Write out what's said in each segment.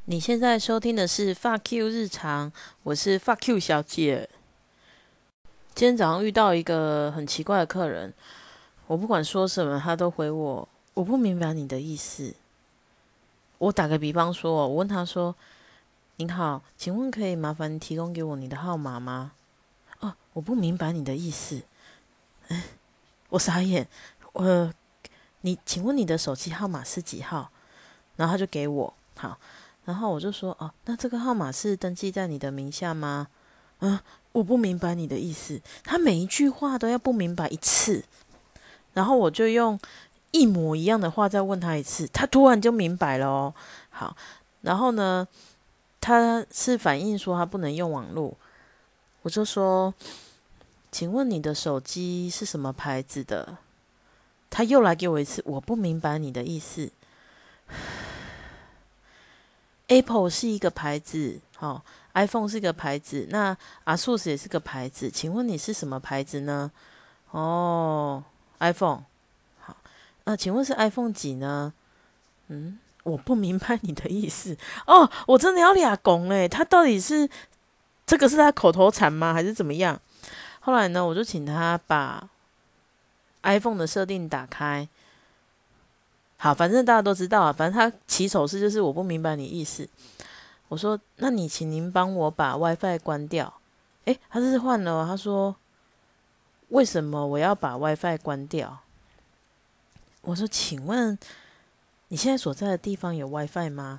你现在收听的是 Fuck You 日常，我是 Fuck You 小姐。今天早上遇到一个很奇怪的客人，我不管说什么，他都回我不明白你的意思。我打个比方说，我问他说：“您好，请问可以麻烦提供给我你的号码吗？”哦，我不明白你的意思。我傻眼。请问你的手机号码是几号？然后他就给我，好，然后我就说：“哦，那这个号码是登记在你的名下吗？”我不明白你的意思。他每一句话都要不明白一次，然后我就用一模一样的话再问他一次，他突然就明白了哦。好，然后呢，他是反映说他不能用网络，我就说：“请问你的手机是什么牌子的？”他又来给我一次，我不明白你的意思。Apple 是一个牌子，iPhone 是一个牌子，那 ASUS 也是个牌子，请问你是什么牌子呢？哦，iPhone。好，请问是 iPhone 几呢？我不明白你的意思。哦，我真的要俩拱诶，他到底是这个是他口头禅吗，还是怎么样？后来呢，我就请他把 iPhone 的设定打开。好，反正大家都知道啊，反正他起手式就是我不明白你意思。我说：“那请您帮我把 WiFi 关掉。”诶，他这是换了哦，他说：“为什么我要把 WiFi 关掉？”我说：“请问你现在所在的地方有 WiFi 吗？”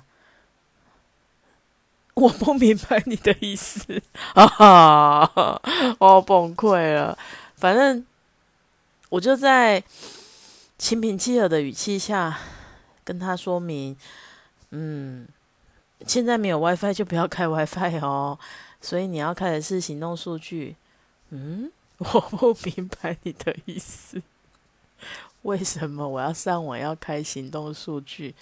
我不明白你的意思，哈哈，我崩溃了。反正我就在心平气和的语气下跟他说明，现在没有 WiFi 就不要开 WiFi 哦，所以你要开的是行动数据。我不明白你的意思，为什么我要上网要开行动数据？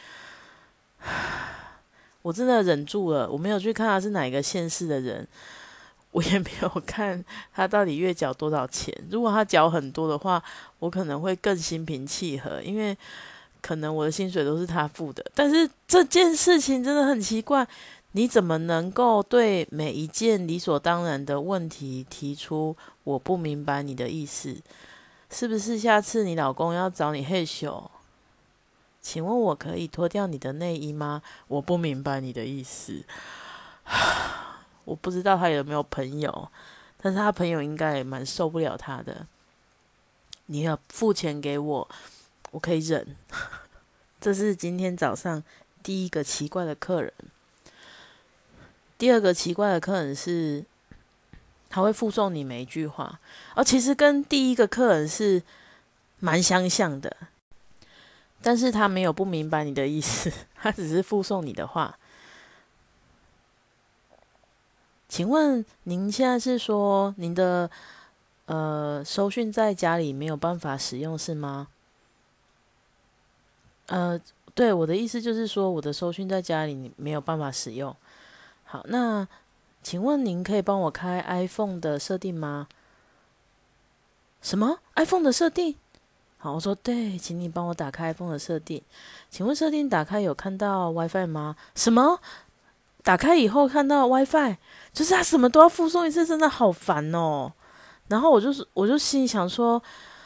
我真的忍住了，我没有去看他是哪一个县市的人，我也没有看他到底月缴多少钱。如果他缴很多的话，我可能会更心平气和，因为可能我的薪水都是他付的。但是这件事情真的很奇怪，你怎么能够对每一件理所当然的问题提出我不明白你的意思？是不是下次你老公要找你嘿咻？请问我可以脱掉你的内衣吗？我不明白你的意思。我不知道他有没有朋友，但是他朋友应该也蛮受不了他的。你要付钱给我，我可以忍。这是今天早上第一个奇怪的客人。第二个奇怪的客人是，他会附送你每一句话，其实跟第一个客人是蛮相像的，但是他没有不明白你的意思，他只是附送你的话。请问您现在是说您的收讯在家里没有办法使用是吗？对，我的意思就是说我的收讯在家里没有办法使用。好，那请问您可以帮我开 iPhone 的设定吗？什么 iPhone 的设定？好，我说对，请你帮我打开 iPhone 的设定。请问设定打开有看到 WiFi 吗？什么？打开以后看到 WiFi，就是他什么都要附送一次，真的好烦哦。然后我就心里想说，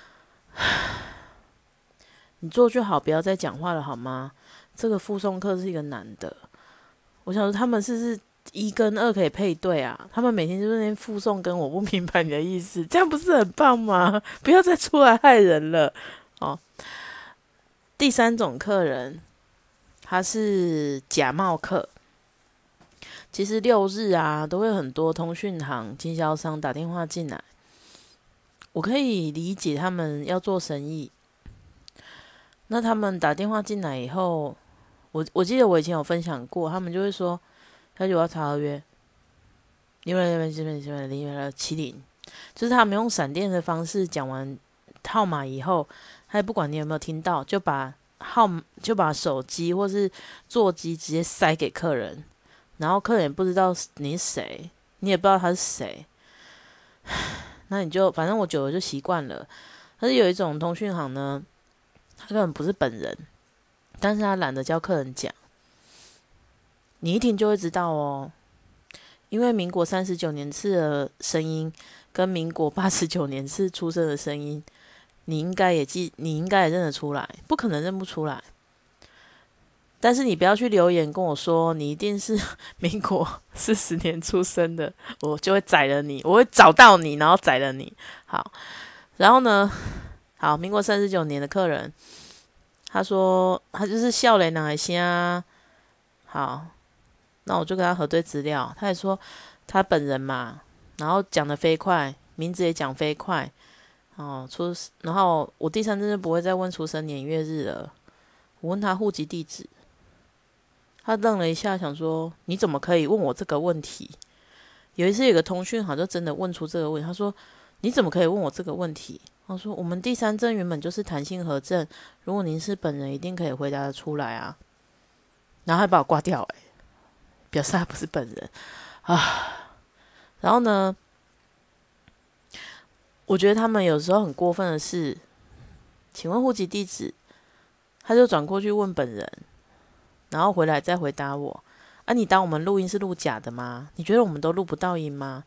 你做就好，不要再讲话了好吗？这个附送客是一个男的，我想说他们是不是一跟二可以配对啊？他们每天就在那边附送，跟我不明白你的意思，这样不是很棒吗？不要再出来害人了哦。第三种客人，他是假冒客。其实6日啊，都会很多通讯行、经销商打电话进来，我可以理解他们要做生意。那他们打电话进来以后，我记得我以前有分享过，他们就会说，他就要查合约，因为70，就是他们用闪电的方式讲完号码以后，他也不管你有没有听到，就把手机或是座机直接塞给客人，然后客人也不知道你是谁，你也不知道他是谁，那你就反正我久了就习惯了。但是有一种通讯行呢，他根本不是本人，但是他懒得教客人讲， 你一听就会知道哦，因为民国39年次的声音跟民国89年次出生的声音，你应该也认得出来，不可能认不出来。但是你不要去留言跟我说你一定是民国40年出生的，我就会宰了你，我会找到你，然后宰了你。好，然后呢，好，民国39年的客人，他说他就是笑脸男孩先啊。好，那我就跟他核对资料，他也说他本人嘛，然后讲的飞快，名字也讲飞快。哦，然后我第三针就不会再问出生年月日了，我问他户籍地址。他愣了一下，想说：“你怎么可以问我这个问题？”有一次，有个通讯行就真的问出这个问题。他说：“你怎么可以问我这个问题？”我说：“我们第三证原本就是弹性核证，如果您是本人，一定可以回答得出来啊。”然后还把我挂掉，表示他不是本人啊。然后呢，我觉得他们有时候很过分的是，请问户籍地址，他就转过去问本人。然后回来再回答我啊！你当我们录音是录假的吗？你觉得我们都录不到音吗？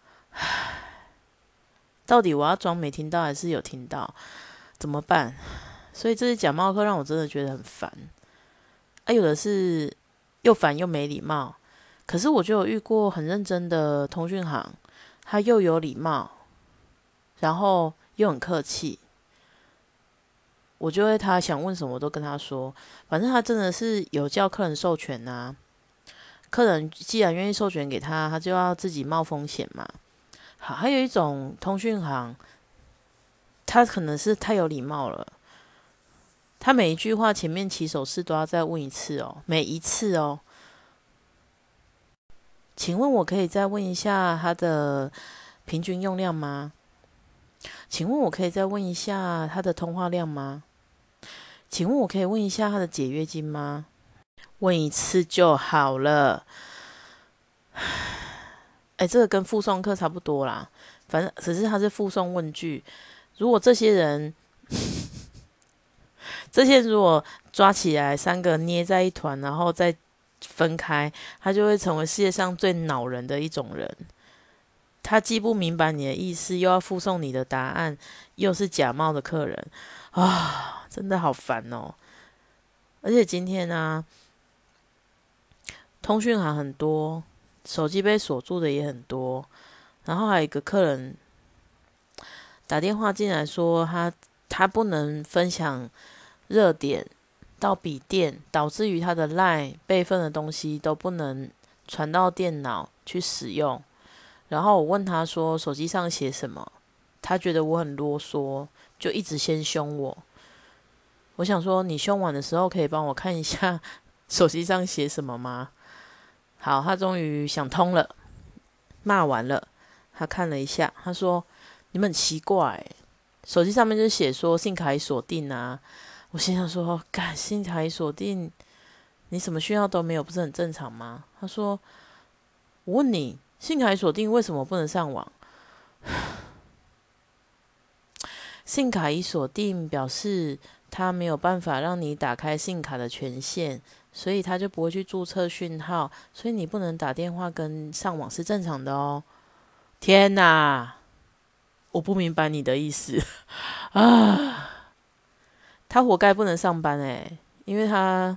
到底我要装没听到还是有听到？怎么办？所以这些假冒客让我真的觉得很烦啊！有的是又烦又没礼貌，可是我就有遇过很认真的通讯行，他又有礼貌，然后又很客气。我就会他想问什么我都跟他说，反正他真的是有叫客人授权啊。客人既然愿意授权给他，他就要自己冒风险嘛。好，还有一种通讯行，他可能是太有礼貌了，他每一句话前面起手式都要再问一次哦，每一次哦。请问我可以再问一下他的平均用量吗？请问我可以再问一下他的通话量吗？请问我可以问一下他的解约金吗？问一次就好了。这个跟附送课差不多啦，反正只是他是附送问句。如果这些人如果抓起来3个捏在一团，然后再分开，他就会成为世界上最恼人的一种人。他既不明白你的意思，又要附送你的答案，又是假冒的客人啊，真的好烦哦。而且今天啊，通讯行很多，手机被锁住的也很多，然后还有一个客人打电话进来说他不能分享热点到笔电，导致于他的 LINE 备份的东西都不能传到电脑去使用。然后我问他说手机上写什么，他觉得我很啰嗦，就一直先凶我。我想说你凶完的时候可以帮我看一下手机上写什么吗？好，他终于想通了，骂完了，他看了一下，他说你们很奇怪手机上面就写说信卡已锁定啊。我心想说干，信卡已锁定，你什么讯号都没有，不是很正常吗？他说我问你，信卡已锁定为什么不能上网？信卡已锁定表示他没有办法让你打开信卡的权限，所以他就不会去注册讯号，所以你不能打电话跟上网是正常的哦。天哪，我不明白你的意思啊！他活该不能上班因为他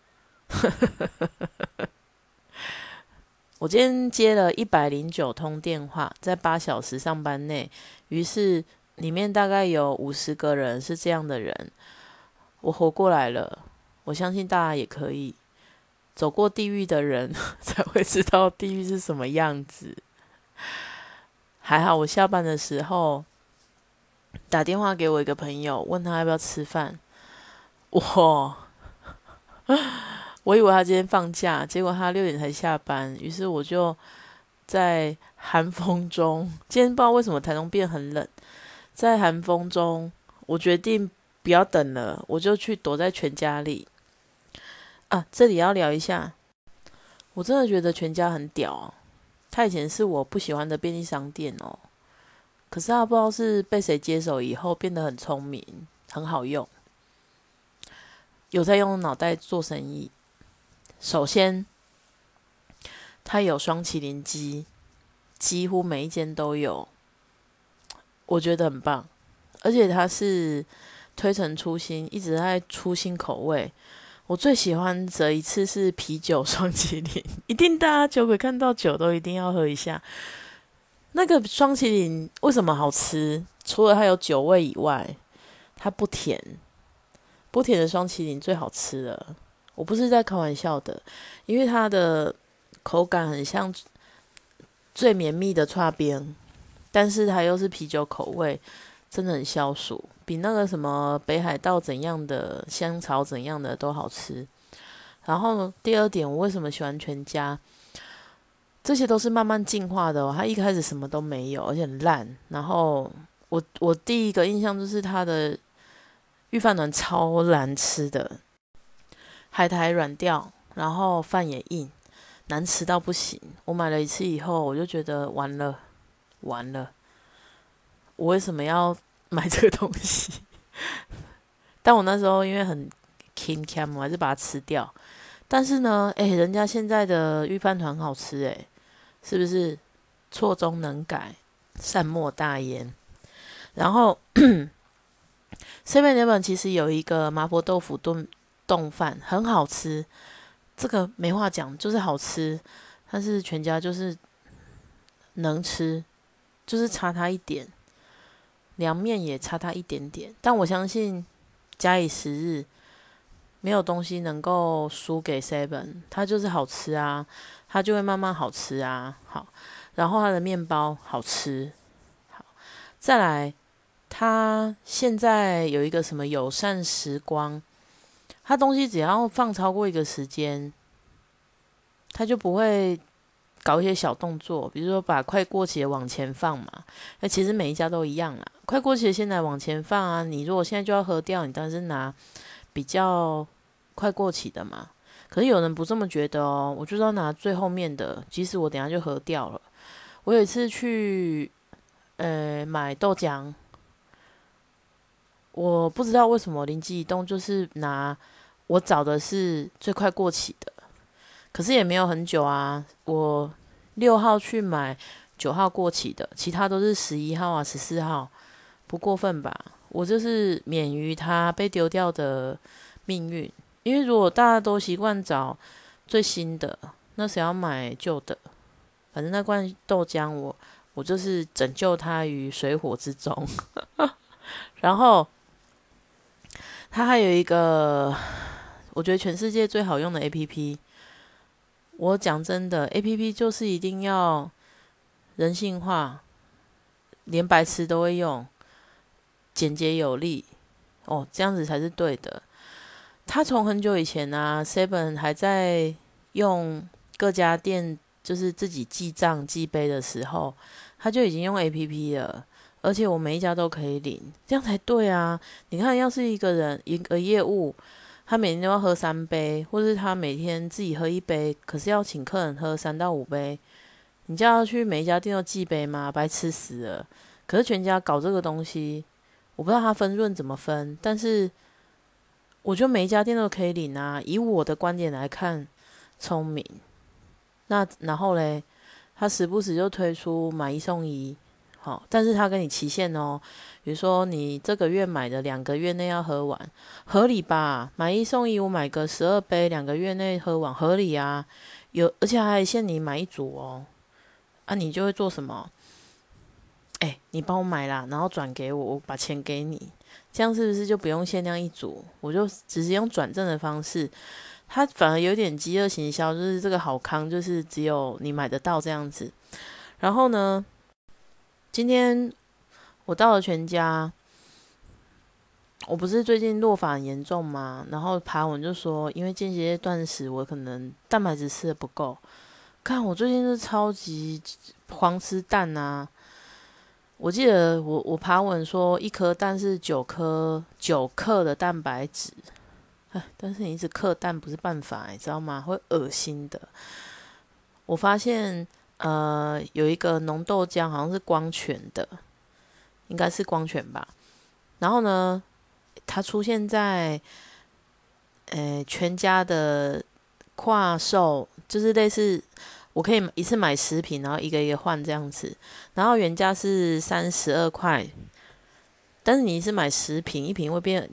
我今天接了109通电话，在8小时上班内，于是里面大概有50个人是这样的人。我活过来了，我相信大家也可以。走过地狱的人才会知道地狱是什么样子。还好我下班的时候打电话给我一个朋友，问他要不要吃饭。我以为他今天放假，结果他6点才下班，于是我就在寒风中，今天不知道为什么台中变很冷，在寒风中，我决定不要等了，我就去躲在全家里。这里要聊一下，我真的觉得全家很屌哦。他以前是我不喜欢的便利商店哦，可是他不知道是被谁接手以后变得很聪明，很好用，有在用脑袋做生意。首先， 它有双麒麟机，几乎每一间都有，我觉得很棒。而且它是推陈出新，一直在出新口味。我最喜欢的一次是啤酒双麒麟，一定大家酒鬼看到酒都一定要喝一下。那个双麒麟为什么好吃？除了它有酒味以外，它不甜，不甜的双麒麟最好吃了。我不是在开玩笑的，因为它的口感很像最绵密的剉冰，但是它又是啤酒口味，真的很消暑，比那个什么北海道怎样的香草怎样的都好吃。然后第二点，我为什么喜欢全家？这些都是慢慢进化的哦。它一开始什么都没有，而且很烂。然后我第一个印象就是它的御饭团超难吃的，海苔软掉，然后饭也硬，难吃到不行。我买了一次以后，我就觉得完了完了，我为什么要买这个东西？但我那时候因为很 king 我还是把它吃掉。但是呢，人家现在的御饭团很好吃，是不是？错中能改，善莫大焉。然后 7-Eleven 其实有一个麻婆豆腐冻饭，很好吃，这个没话讲，就是好吃。但是全家就是能吃，就是差它一点，凉面也差它一点点。但我相信假以时日，没有东西能够输给 Seven， 它就是好吃啊，它就会慢慢好吃啊。好，然后它的面包好吃，好，再来，它现在有一个什么友善时光，它东西只要放超过一个时间，它就不会搞一些小动作，比如说把快过期的往前放嘛。那其实每一家都一样啦，快过期的现在往前放啊，你如果现在就要喝掉，你当然是拿比较快过期的嘛。可是有人不这么觉得哦，我就是要拿最后面的，即使我等一下就喝掉了。我有一次去买豆浆，我不知道为什么灵机一动，就是我找的是最快过期的，可是也没有很久啊。我6号去买9号过期的，其他都是11号啊、14号，不过分吧？我就是免于它被丢掉的命运。因为如果大家都习惯找最新的，那谁要买旧的？反正那罐豆浆我就是拯救它于水火之中。然后它还有一个，我觉得全世界最好用的 APP。我讲真的，APP 就是一定要人性化，连白痴都会用，简洁有力，这样子才是对的。他从很久以前啊，Seven 还在用各家店就是自己记账记杯的时候，他就已经用 APP 了，而且我每一家都可以领，这样才对啊！你看，要是一个业务，他每天都要喝3杯，或是他每天自己喝1杯，可是要请客人喝3到5杯，你叫他去每一家店都记杯吗？白痴死了！可是全家搞这个东西，我不知道他分润怎么分，但是我觉得每一家店都可以领啊。以我的观点来看，聪明。那然后嘞，他时不时就推出买一送一，好，但是他跟你期限哦，比如说你这个月买的2个月内要喝完，合理吧？买一送一，我买个12杯2个月内喝完，合理啊。而且还限你买一组哦。啊，你就会做什么？你帮我买啦，然后转给我，我把钱给你，这样是不是就不用限量一组？我就直接用转正的方式，它反而有点饥饿行销，就是这个好康，就是只有你买得到这样子。然后呢，今天我到了全家，我不是最近落发很严重吗？然后爬文就说，因为间歇断食，我可能蛋白质吃的不够。看我最近是超级狂吃蛋啊！我记得我爬文说一颗蛋是9克的蛋白质，但是你一直克蛋不是办法，你知道吗？会恶心的。我发现有一个浓豆浆好像是光泉的，应该是光泉吧。然后呢，它出现在全家的跨售，就是类似我可以一次买10瓶，然后一个一个换这样子，然后原价是32块，但是你一次买10瓶，一瓶会变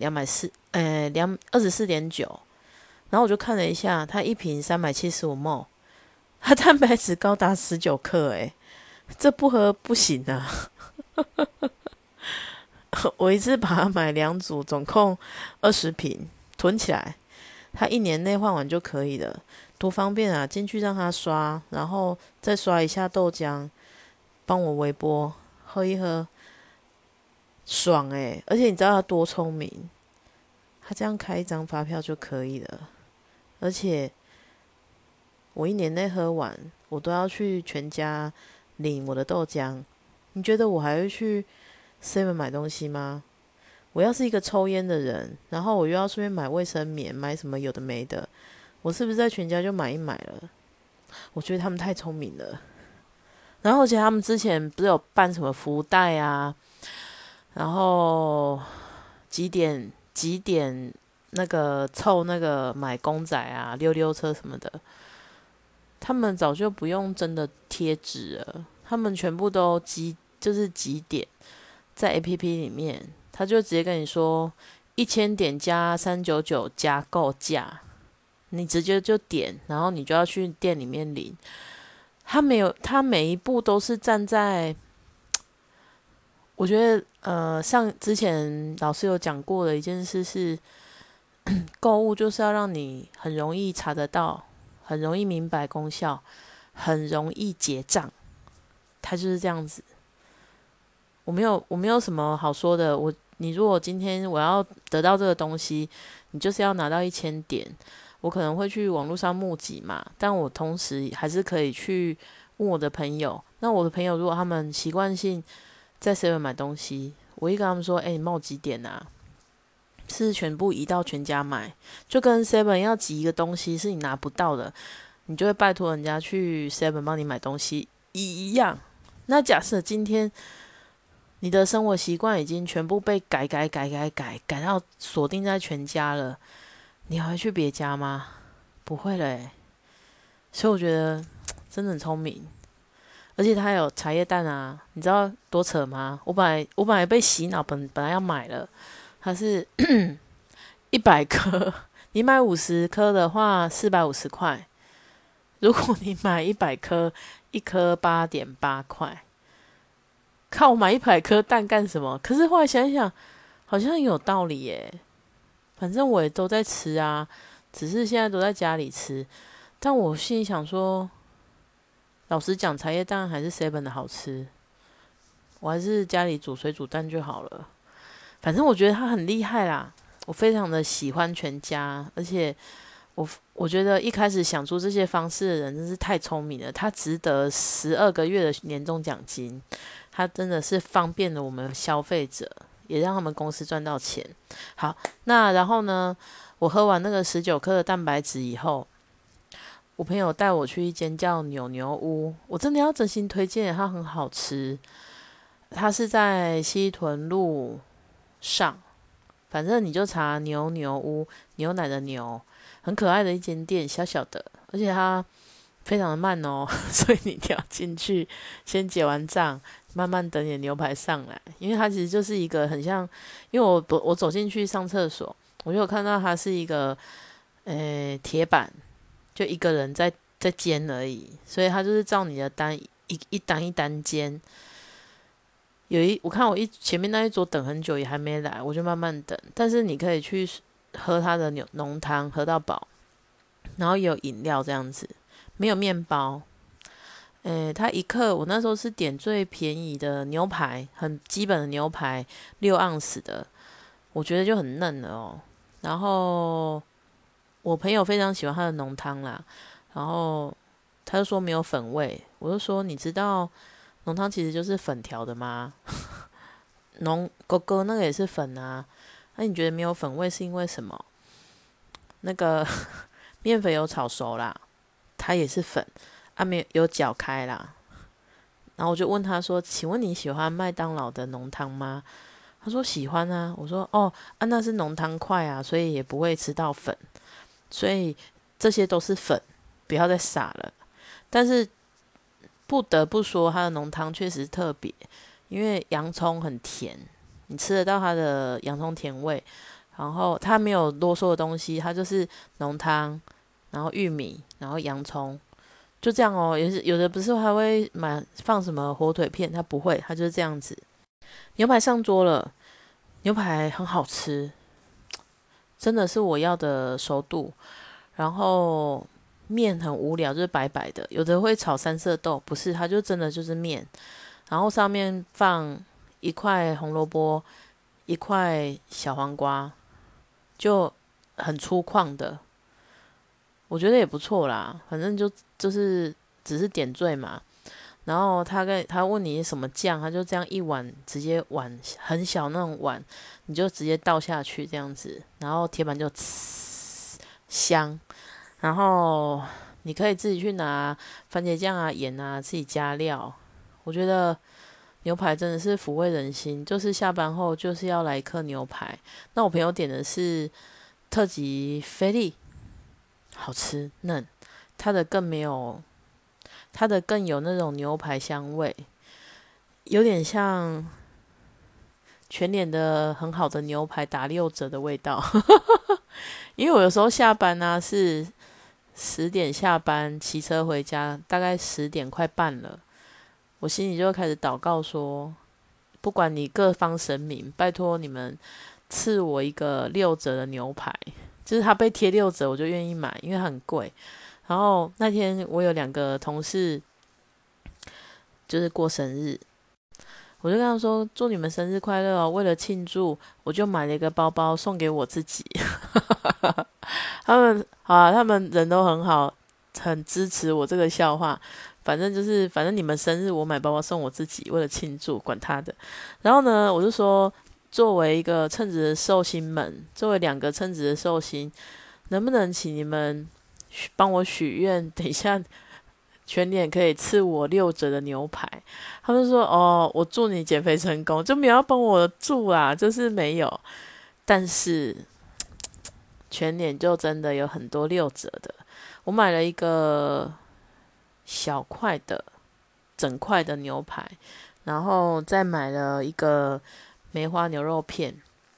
24.9，然后我就看了一下，它一瓶375ml，它蛋白质高达19克，这不喝不行啊！我一次把它买2组，总共20瓶，囤起来，它1年内换完就可以了，多方便啊！进去让它刷，然后再刷一下豆浆，帮我微波，喝一喝，爽而且你知道他多聪明，他这样开一张发票就可以了，而且我1年内喝完，我都要去全家领我的豆浆。你觉得我还会去 Seven 买东西吗？我要是一个抽烟的人，然后我又要顺便买卫生棉，买什么有的没的，我是不是在全家就买一买了？我觉得他们太聪明了。然后而且他们之前不是有办什么福袋啊，然后几点那个凑那个买公仔啊、溜溜车什么的，他们早就不用真的贴纸了，他们全部都就是几点在 APP 里面，他就直接跟你说1000点加399加购价，你直接就点，然后你就要去店里面领。他每一步都是站在，我觉得像之前老师有讲过的一件事是，购物就是要让你很容易查得到，很容易明白功效，很容易结账，它就是这样子。我没有什么好说的。你如果今天我要得到这个东西，你就是要拿到1000点，我可能会去网络上募集嘛，但我同时还是可以去问我的朋友。那我的朋友如果他们习惯性在 Seven 买东西，我一跟他们说，你冒几点啊？是全部移到全家买，就跟 Seven 要集一个东西是你拿不到的，你就会拜托人家去 Seven 帮你买东西一样。那假设今天你的生活习惯已经全部被改到锁定在全家了，你还会去别家吗？不会了所以我觉得真的很聪明。而且它还有茶叶蛋啊，你知道多扯吗？我本来被洗脑，本来要买了，它是100颗，你买50颗的话450块，如果你买100颗，一颗8.8块。靠，我买100颗蛋干什么？可是后来想一想，好像有道理反正我也都在吃啊，只是现在都在家里吃。但我心里想说，老实讲，茶叶蛋还是 Seven 的好吃，我还是家里煮水煮蛋就好了。反正我觉得他很厉害啦，我非常的喜欢全家，而且我觉得一开始想出这些方式的人真是太聪明了，他值得12个月的年终奖金。它真的是方便了我们消费者，也让他们公司赚到钱。好，那然后呢，我喝完那个19克的蛋白质以后，我朋友带我去一间叫扭扭屋，我真的要真心推荐，它很好吃。它是在西屯路上，反正你就查扭扭屋，牛奶的牛，很可爱的一间店，小小的，而且它非常的慢哦，所以你一定要进去，先结完账，慢慢等你的牛排上来。因为它其实就是一个很像，因为我走进去上厕所，我就有看到它是一个铁板，就一个人在煎而已，所以它就是照你的单一单一单煎。我看前面那一桌等很久也还没来，我就慢慢等。但是你可以去喝它的浓汤，喝到饱，然后也有饮料这样子。没有面包，它一克我那时候是点最便宜的牛排，很基本的牛排6盎司的，我觉得就很嫩了哦。然后我朋友非常喜欢它的浓汤啦，然后他就说没有粉味，我就说你知道浓汤其实就是粉调的吗？狗狗那个也是粉啊，那你觉得没有粉味是因为什么？那个面粉有炒熟啦。它也是粉，没有搅开啦。然后我就问他说：“请问你喜欢麦当劳的浓汤吗？”他说：“喜欢啊。”我说：“哦，那是浓汤块啊，所以也不会吃到粉，所以这些都是粉，不要再撒了。” 但是不得不说，它的浓汤确实特别，因为洋葱很甜，你吃得到它的洋葱甜味。然后它没有啰嗦的东西，它就是浓汤，然后玉米，然后洋葱，就这样哦。有的不是还会放什么火腿片，它不会，它就是这样子。牛排上桌了，牛排很好吃，真的是我要的熟度。然后面很无聊，就是白白的，有的会炒三色豆，不是，它就真的就是面。然后上面放一块红萝卜，一块小黄瓜，就很粗犷的，我觉得也不错啦。反正就是只是点缀嘛。然后他问你什么酱，他就这样一碗直接碗很小那种碗，你就直接倒下去这样子，然后铁板就呲香。然后你可以自己去拿番茄酱啊、盐啊，自己加料。我觉得牛排真的是抚慰人心，就是下班后就是要来一颗牛排。那我朋友点的是特级菲力，好吃嫩，它的更没有，它的更有那种牛排香味，有点像全脸的很好的牛排打6折的味道。因为我有时候下班是10点下班，骑车回家，大概10点快半了，我心里就会开始祷告说，不管你各方神明，拜托你们赐我一个6折的牛排，就是它被贴6折，我就愿意买，因为它很贵。然后那天我有2个同事就是过生日，我就跟他们说祝你们生日快乐哦。为了庆祝，我就买了一个包包送给我自己。他们人都很好，很支持我这个笑话。反正你们生日我买包包送我自己，为了庆祝，管他的。然后呢，我就说，作为一个称职的寿星们，作为2个称职的寿星，能不能请你们帮我许愿，等一下全脸可以赐我6折的牛排？他们说哦，我祝你减肥成功，就没有要帮我祝啊，就是没有。但是全脸就真的有很多6折的。我买了一个小块的整块的牛排，然后再买了一个梅花牛肉片。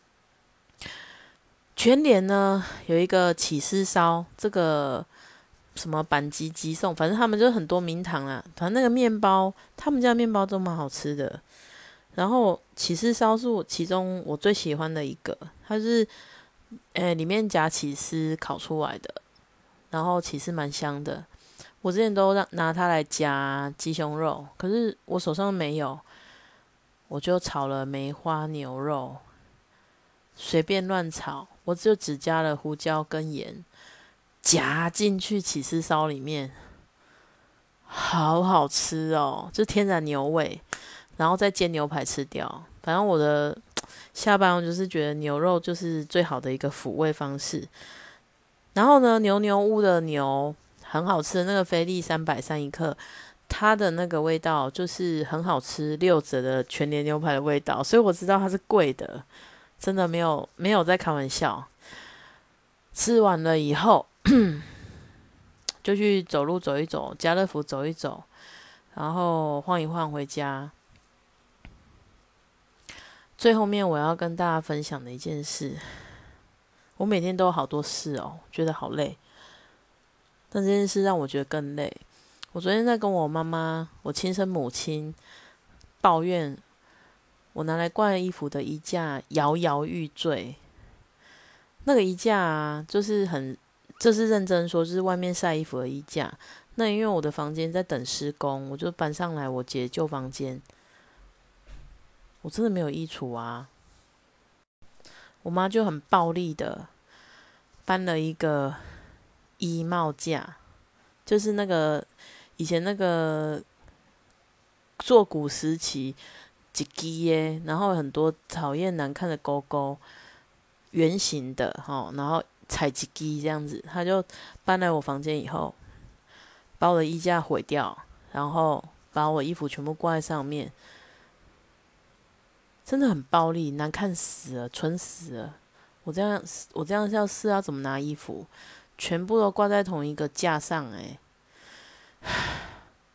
全联呢有一个起司烧，这个什么板吉吉送，反正他们就很多名堂啦。反正那个面包，他们家的面包都蛮好吃的。然后起司烧是其中我最喜欢的一个，它是里面夹起司烤出来的，然后起司蛮香的。我之前都拿它来夹鸡胸肉，可是我手上没有，我就炒了梅花牛肉，随便乱炒，我只加了胡椒跟盐，夹进去起司烧里面，好好吃哦，就天然牛味，然后再煎牛排吃掉。反正我的下班我就是觉得牛肉就是最好的一个抚慰方式。然后呢，牛牛屋的牛很好吃的那个菲力330一克，它的那个味道就是很好吃，6折的全联牛排的味道，所以我知道它是贵的，真的没有在开玩笑。吃完了以后，就去走路走一走，家乐福走一走，然后晃一晃回家。最后面我要跟大家分享的一件事，我每天都有好多事哦，觉得好累，但这件事让我觉得更累。我昨天在跟我妈妈，我亲生母亲抱怨，我拿来挂衣服的衣架摇摇欲坠。那个衣架啊，这是认真说，就是外面晒衣服的衣架。那因为我的房间在等施工，我就搬上来我姐旧房间，我真的没有衣橱啊。我妈就很暴力的搬了一个衣帽架，就是那个以前那个做古时期一支耶，然后很多讨厌难看的勾勾，圆形的然后踩一支这样子，她就搬来我房间以后，把我的衣架毁掉，然后把我衣服全部挂在上面，真的很暴力，难看死了，蠢死了。我这样要怎么拿衣服？全部都挂在同一个架上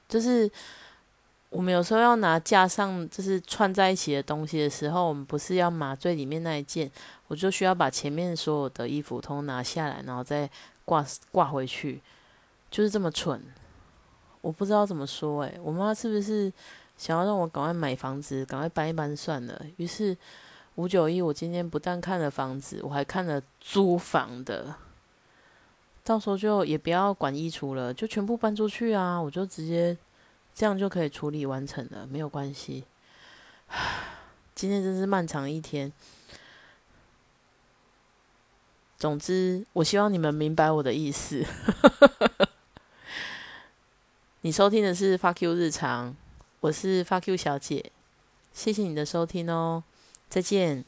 就是我们有时候要拿架上就是串在一起的东西的时候，我们不是要码最里面那一件，我就需要把前面所有的衣服通拿下来，然后再挂回去，就是这么蠢。我不知道怎么说我妈是不是想要让我赶快买房子，赶快搬一搬算了？于是591，我今天不但看了房子，我还看了租房的。到时候就也不要管衣橱了，就全部搬出去啊！我就直接这样就可以处理完成了，没有关系。今天真是漫长一天。总之，我希望你们明白我的意思。你收听的是 Fuck You 日常，我是 Fuck You 小姐，谢谢你的收听哦，再见。